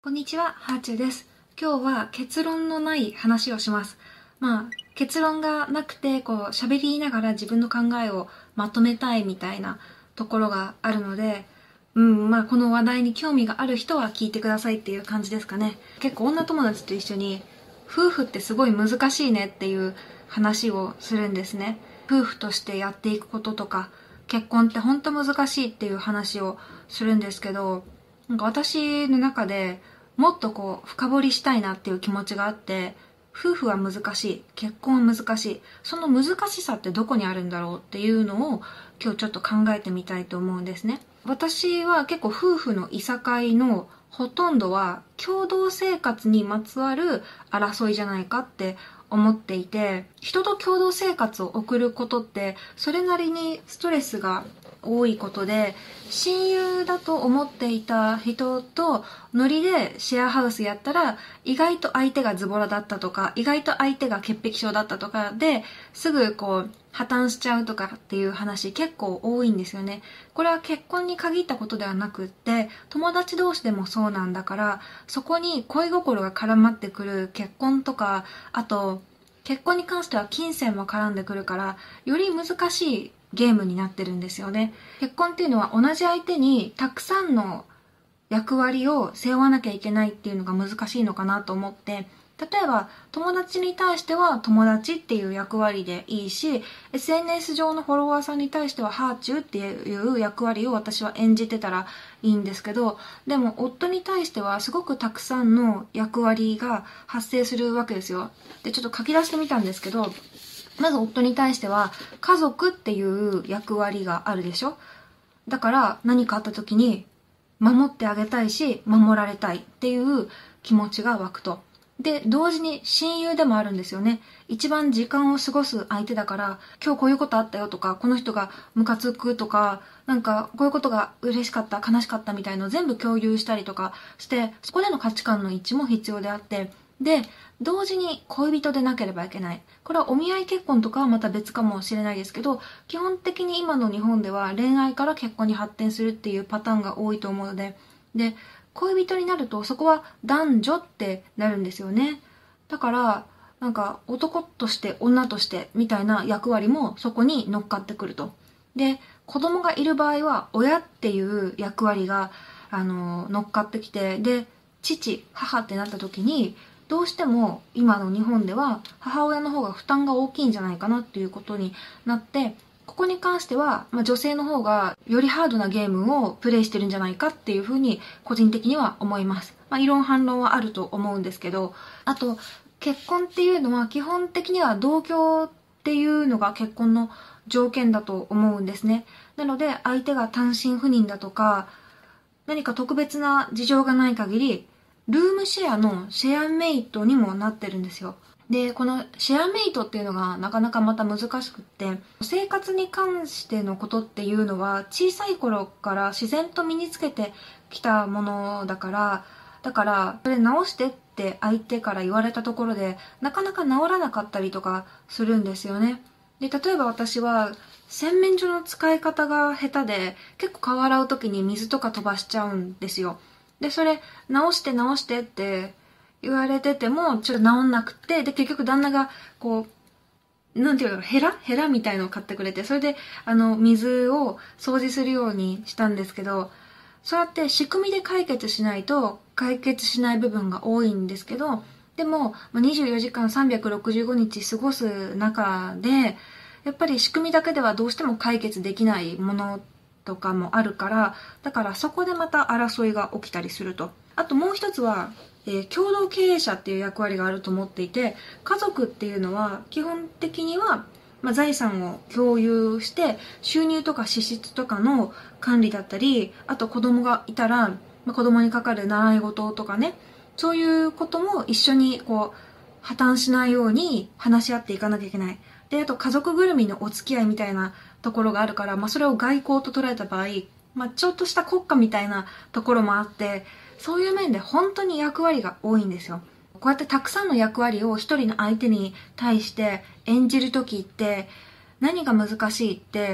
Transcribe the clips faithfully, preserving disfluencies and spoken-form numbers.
こんにちは、ハーチューです。今日は結論のない話をします。まあ、結論がなくて、こう、喋りながら自分の考えをまとめたいみたいなところがあるので、うん、まあ、この話題に興味がある人は聞いてくださいっていう感じですかね。結構女友達と一緒に、夫婦ってすごい難しいねっていう話をするんですね。夫婦としてやっていくこととか、結婚って本当難しいっていう話をするんですけど、なんか私の中でもっとこう深掘りしたいなっていう気持ちがあって、夫婦は難しい、結婚は難しい、その難しさってどこにあるんだろうっていうのを今日ちょっと考えてみたいと思うんですね。私は結構夫婦のいさかいのほとんどは共同生活にまつわる争いじゃないかって思っていて、人と共同生活を送ることってそれなりにストレスが多いことで、親友だと思っていた人とノリでシェアハウスやったら意外と相手がズボラだったとか、意外と相手が潔癖症だったとかですぐこう破綻しちゃうとかっていう話結構多いんですよね。これは結婚に限ったことではなくって、友達同士でもそうなんだから、そこに恋心が絡まってくる結婚とか、あと結婚に関しては金銭も絡んでくるから、より難しいゲームになってるんですよね。結婚っていうのは同じ相手にたくさんの役割を背負わなきゃいけないっていうのが難しいのかなと思って、例えば友達に対しては友達っていう役割でいいし、 エスエヌエス 上のフォロワーさんに対してはハーチューっていう役割を私は演じてたらいいんですけど、でも夫に対してはすごくたくさんの役割が発生するわけですよ。で、ちょっと書き出してみたんですけど、まず夫に対しては家族っていう役割があるでしょ。だから何かあった時に守ってあげたいし、守られたいっていう気持ちが湧くと。で、同時に親友でもあるんですよね。一番時間を過ごす相手だから、今日こういうことあったよとか、この人がムカつくとか、なんかこういうことが嬉しかった、悲しかったみたいのを全部共有したりとかして、そこでの価値観の一致も必要であって、で、同時に恋人でなければいけない。これはお見合い結婚とかはまた別かもしれないですけど、基本的に今の日本では恋愛から結婚に発展するっていうパターンが多いと思うので、で、恋人になるとそこは男女ってなるんですよね。だから、なんか男として女としてみたいな役割もそこに乗っかってくると。で、子供がいる場合は親っていう役割が、あの、乗っかってきて、で、父、母ってなった時に、どうしても今の日本では母親の方が負担が大きいんじゃないかなっていうことになって、ここに関しては、まあ、女性の方がよりハードなゲームをプレイしてるんじゃないかっていうふうに個人的には思います。まあ、異論反論はあると思うんですけど、あと結婚っていうのは基本的には同居っていうのが結婚の条件だと思うんですね。なので相手が単身赴任だとか何か特別な事情がない限りルームシェアのシェアメイトにもなってるんですよ。で、このシェアメイトっていうのがなかなかまた難しくって、生活に関してのことっていうのは小さい頃から自然と身につけてきたものだから、だからそれ直してって相手から言われたところでなかなか直らなかったりとかするんですよね。で、例えば私は洗面所の使い方が下手で結構顔洗う時に水とか飛ばしちゃうんですよ。で、それ直して直してって言われててもちょっと直んなくて、で結局旦那がこうなんていうの、ヘラヘラみたいのを買ってくれて、それであの水を掃除するようにしたんですけど、そうやって仕組みで解決しないと解決しない部分が多いんですけど、でもにじゅうよじかんさんびゃくろくじゅうごにち過ごす中でやっぱり仕組みだけではどうしても解決できないものとかもあるから、だからそこでまた争いが起きたりすると。あともう一つは、えー、共同経営者っていう役割があると思っていて、家族っていうのは基本的には、まあ、財産を共有して収入とか支出とかの管理だったり、あと子供がいたら、まあ、子供にかかる習い事とかね、そういうことも一緒にこう破綻しないように話し合っていかなきゃいけない。で、あと家族ぐるみのお付き合いみたいなところがあるから、まあ、それを外交と捉えた場合、まあ、ちょっとした国家みたいなところもあって、そういう面で本当に役割が多いんですよ。こうやってたくさんの役割を一人の相手に対して演じるときって何が難しいって、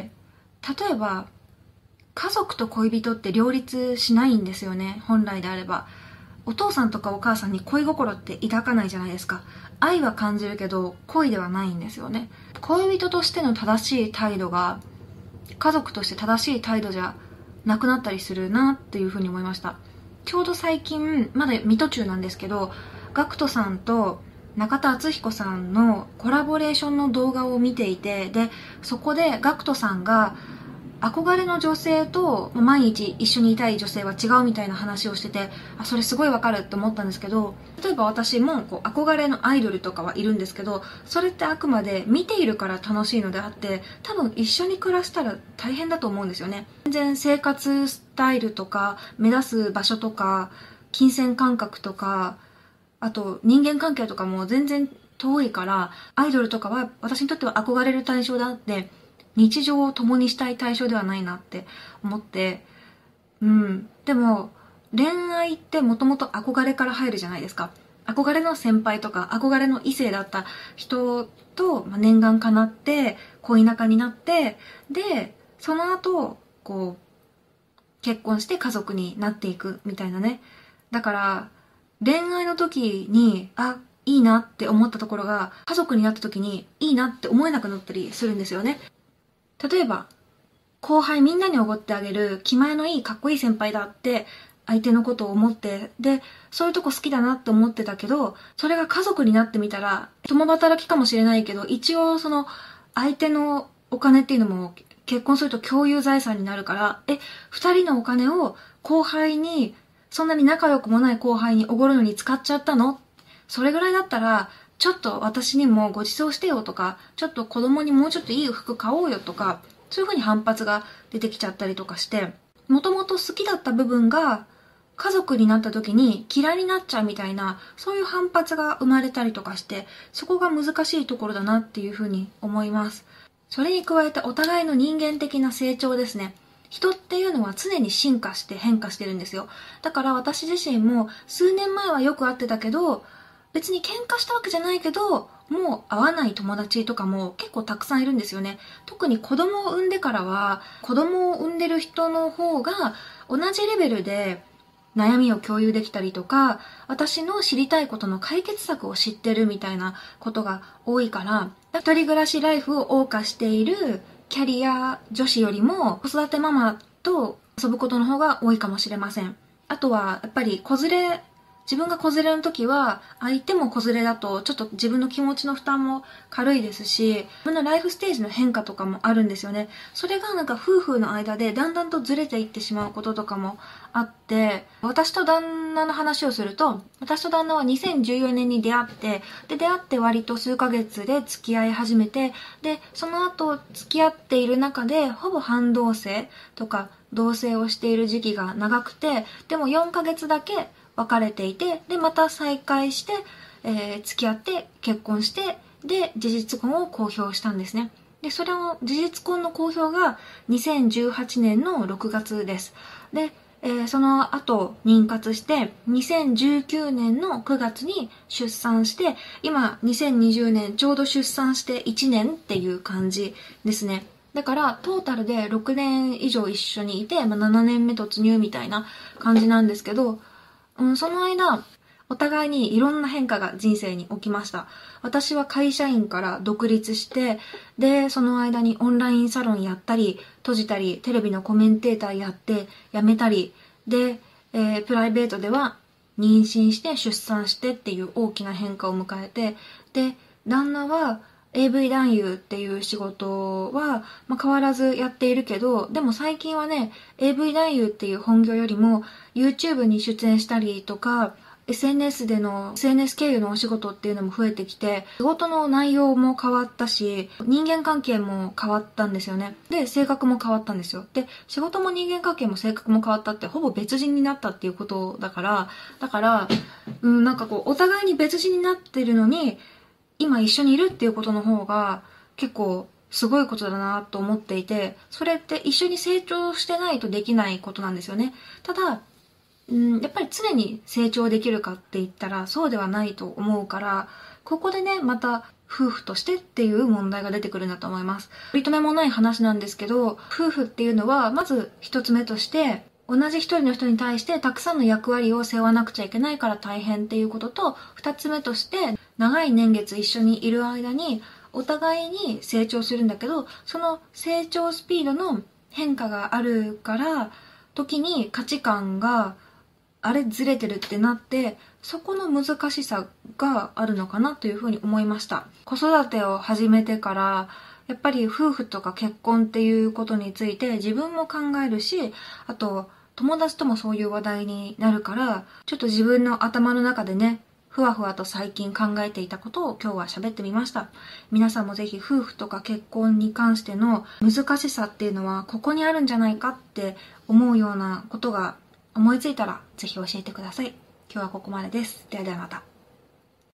例えば家族と恋人って両立しないんですよね、本来であれば。 お父さんとかお母さんに恋心って抱かないじゃないですか。愛は感じるけど恋ではないんですよね。恋人としての正しい態度が家族として正しい態度じゃなくなったりするなっていうふうに思いました。ちょうど最近、まだ未途中なんですけど、ガクトさんと中田敦彦さんのコラボレーションの動画を見ていて、でそこでガクトさんが憧れの女性と毎日一緒にいたい女性は違うみたいな話をしてて、あ、それすごいわかるって思ったんですけど、例えば私もこう憧れのアイドルとかはいるんですけど、それってあくまで見ているから楽しいのであって、多分一緒に暮らしたら大変だと思うんですよね。全然生活スタイルとか目指す場所とか金銭感覚とか、あと人間関係とかも全然遠いから、アイドルとかは私にとっては憧れる対象であって、日常を共にしたい対象ではないなって思って、うん。でも、恋愛ってもともと憧れから入るじゃないですか。憧れの先輩とか、憧れの異性だった人と念願かなって、恋仲になって、で、その後、こう、結婚して家族になっていくみたいなね。だから、恋愛の時に、あ、いいなって思ったところが、家族になった時にいいなって思えなくなったりするんですよね。例えば、後輩みんなにおごってあげる気前のいいかっこいい先輩だって相手のことを思って、で、そういうとこ好きだなって思ってたけど、それが家族になってみたら、共働きかもしれないけど、一応その相手のお金っていうのも結婚すると共有財産になるから、え、二人のお金を後輩に、そんなに仲良くもない後輩におごるのに使っちゃったの？それぐらいだったら、ちょっと私にもご馳走してよとか、ちょっと子供にもうちょっといい服買おうよとか、そういう風に反発が出てきちゃったりとかして、もともと好きだった部分が家族になった時に嫌いになっちゃうみたいな、そういう反発が生まれたりとかして、そこが難しいところだなっていう風に思います。それに加えてお互いの人間的な成長ですね。人っていうのは常に進化して変化してるんですよ。だから私自身も数年前はよく会ってたけど、別に喧嘩したわけじゃないけど、もう会わない友達とかも結構たくさんいるんですよね。特に子供を産んでからは、子供を産んでる人の方が同じレベルで悩みを共有できたりとか、私の知りたいことの解決策を知ってるみたいなことが多いから、一人暮らしライフを謳歌しているキャリア女子よりも子育てママと遊ぶことの方が多いかもしれません。あとはやっぱり子連れ、自分が子連れの時は相手も子連れだとちょっと自分の気持ちの負担も軽いですし、自分のライフステージの変化とかもあるんですよね。それがなんか夫婦の間でだんだんとずれていってしまうこととかもあって、私と旦那の話をすると、私と旦那はにせんじゅうよねんに出会って、で出会って割と数ヶ月で付き合い始めて、でその後付き合っている中でほぼ半同棲とか同棲をしている時期が長くて、でもよんかげつだけ別れていて、でまた再会して、えー、付き合って結婚して、で事実婚を公表したんですね。でそれを事実婚の公表がにせんじゅうはちねんのろくがつです。で、えー、その後妊活してにせんじゅうきゅうねんのくがつに出産して、今にせんにじゅうねんちょうど出産していちねんっていう感じですね。だからトータルでろくねん以上一緒にいて、まあ、ななねんめ突入みたいな感じなんですけど、うん、その間、お互いにいろんな変化が人生に起きました。私は会社員から独立して、で、その間にオンラインサロンやったり、閉じたり、テレビのコメンテーターやって、辞めたり、で、えー、プライベートでは妊娠して出産してっていう大きな変化を迎えて、で、旦那は エーブイ 男優っていう仕事は、まあ、変わらずやっているけど、でも最近はね、エーブイ 男優っていう本業よりも YouTube に出演したりとか、エスエヌエス での エスエヌエス 経由のお仕事っていうのも増えてきて、仕事の内容も変わったし、人間関係も変わったんですよね。で、性格も変わったんですよ。で、仕事も人間関係も性格も変わったって、ほぼ別人になったっていうことだから、だから、うん、なんかこう、お互いに別人になってるのに、今一緒にいるっていうことの方が結構すごいことだなと思っていて、それって一緒に成長してないとできないことなんですよね。ただ、うん、やっぱり常に成長できるかって言ったらそうではないと思うから、ここでね、また夫婦としてっていう問題が出てくるんだと思います。取り留めもない話なんですけど、夫婦っていうのはまず一つ目として、 同じ一人の人に対してたくさんの役割を背負わなくちゃいけないから大変っていうことと、二つ目として長い年月一緒にいる間にお互いに成長するんだけど、その成長スピードの変化があるから、時に価値観があれずれてるってなって、そこの難しさがあるのかなというふうに思いました。子育てを始めてから、やっぱり夫婦とか結婚っていうことについて自分も考えるし、あと友達ともそういう話題になるから、ちょっと自分の頭の中でね、ふわふわと最近考えていたことを今日は喋ってみました。皆さんもぜひ夫婦とか結婚に関しての難しさっていうのはここにあるんじゃないかって思うようなことが思いついたらぜひ教えてください。今日はここまでです。ではではまた。